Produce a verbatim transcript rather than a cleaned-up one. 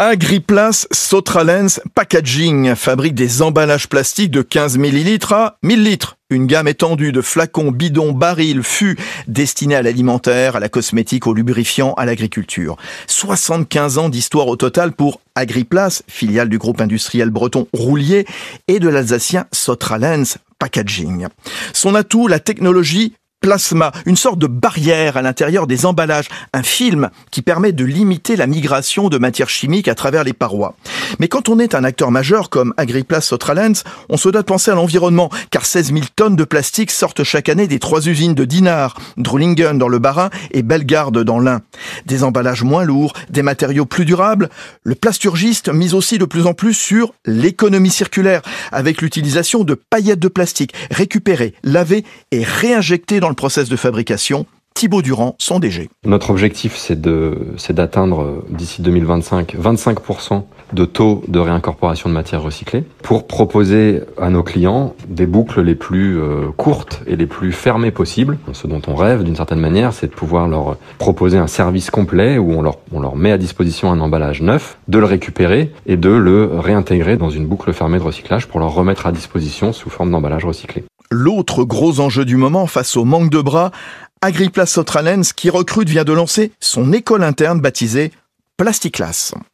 Agriplace Sotralens Packaging fabrique des emballages plastiques de quinze millilitres à mille litres. Une gamme étendue de flacons, bidons, barils, fûts destinés à l'alimentaire, à la cosmétique, au lubrifiant, à l'agriculture. soixante-quinze ans d'histoire au total pour Agriplace, filiale du groupe industriel breton Roulier et de l'alsacien Sotralens Packaging. Son atout, la technologie plasma, une sorte de barrière à l'intérieur des emballages, un film qui permet de limiter la migration de matières chimiques à travers les parois. Mais quand on est un acteur majeur comme Agriplace Sotralens, on se doit de penser à l'environnement, car seize mille tonnes de plastique sortent chaque année des trois usines de Dinard, Drulingen dans le Bas-Rhin et Bellegarde dans l'Ain. Des emballages moins lourds, des matériaux plus durables. Le plasturgiste mise aussi de plus en plus sur l'économie circulaire, avec l'utilisation de paillettes de plastique récupérées, lavées et réinjectées dans le process de fabrication. Thibaut Durand, son D G. Notre objectif, c'est de, c'est d'atteindre d'ici deux mille vingt-cinq, vingt-cinq pour cent de taux de réincorporation de matières recyclées pour proposer à nos clients des boucles les plus euh, courtes et les plus fermées possibles. Ce dont on rêve, d'une certaine manière, c'est de pouvoir leur proposer un service complet où on leur, on leur met à disposition un emballage neuf, de le récupérer et de le réintégrer dans une boucle fermée de recyclage pour leur remettre à disposition sous forme d'emballage recyclé. L'autre gros enjeu du moment face au manque de bras, Agriplace Sotralens, qui recrute, vient de lancer son école interne baptisée Plasticlass.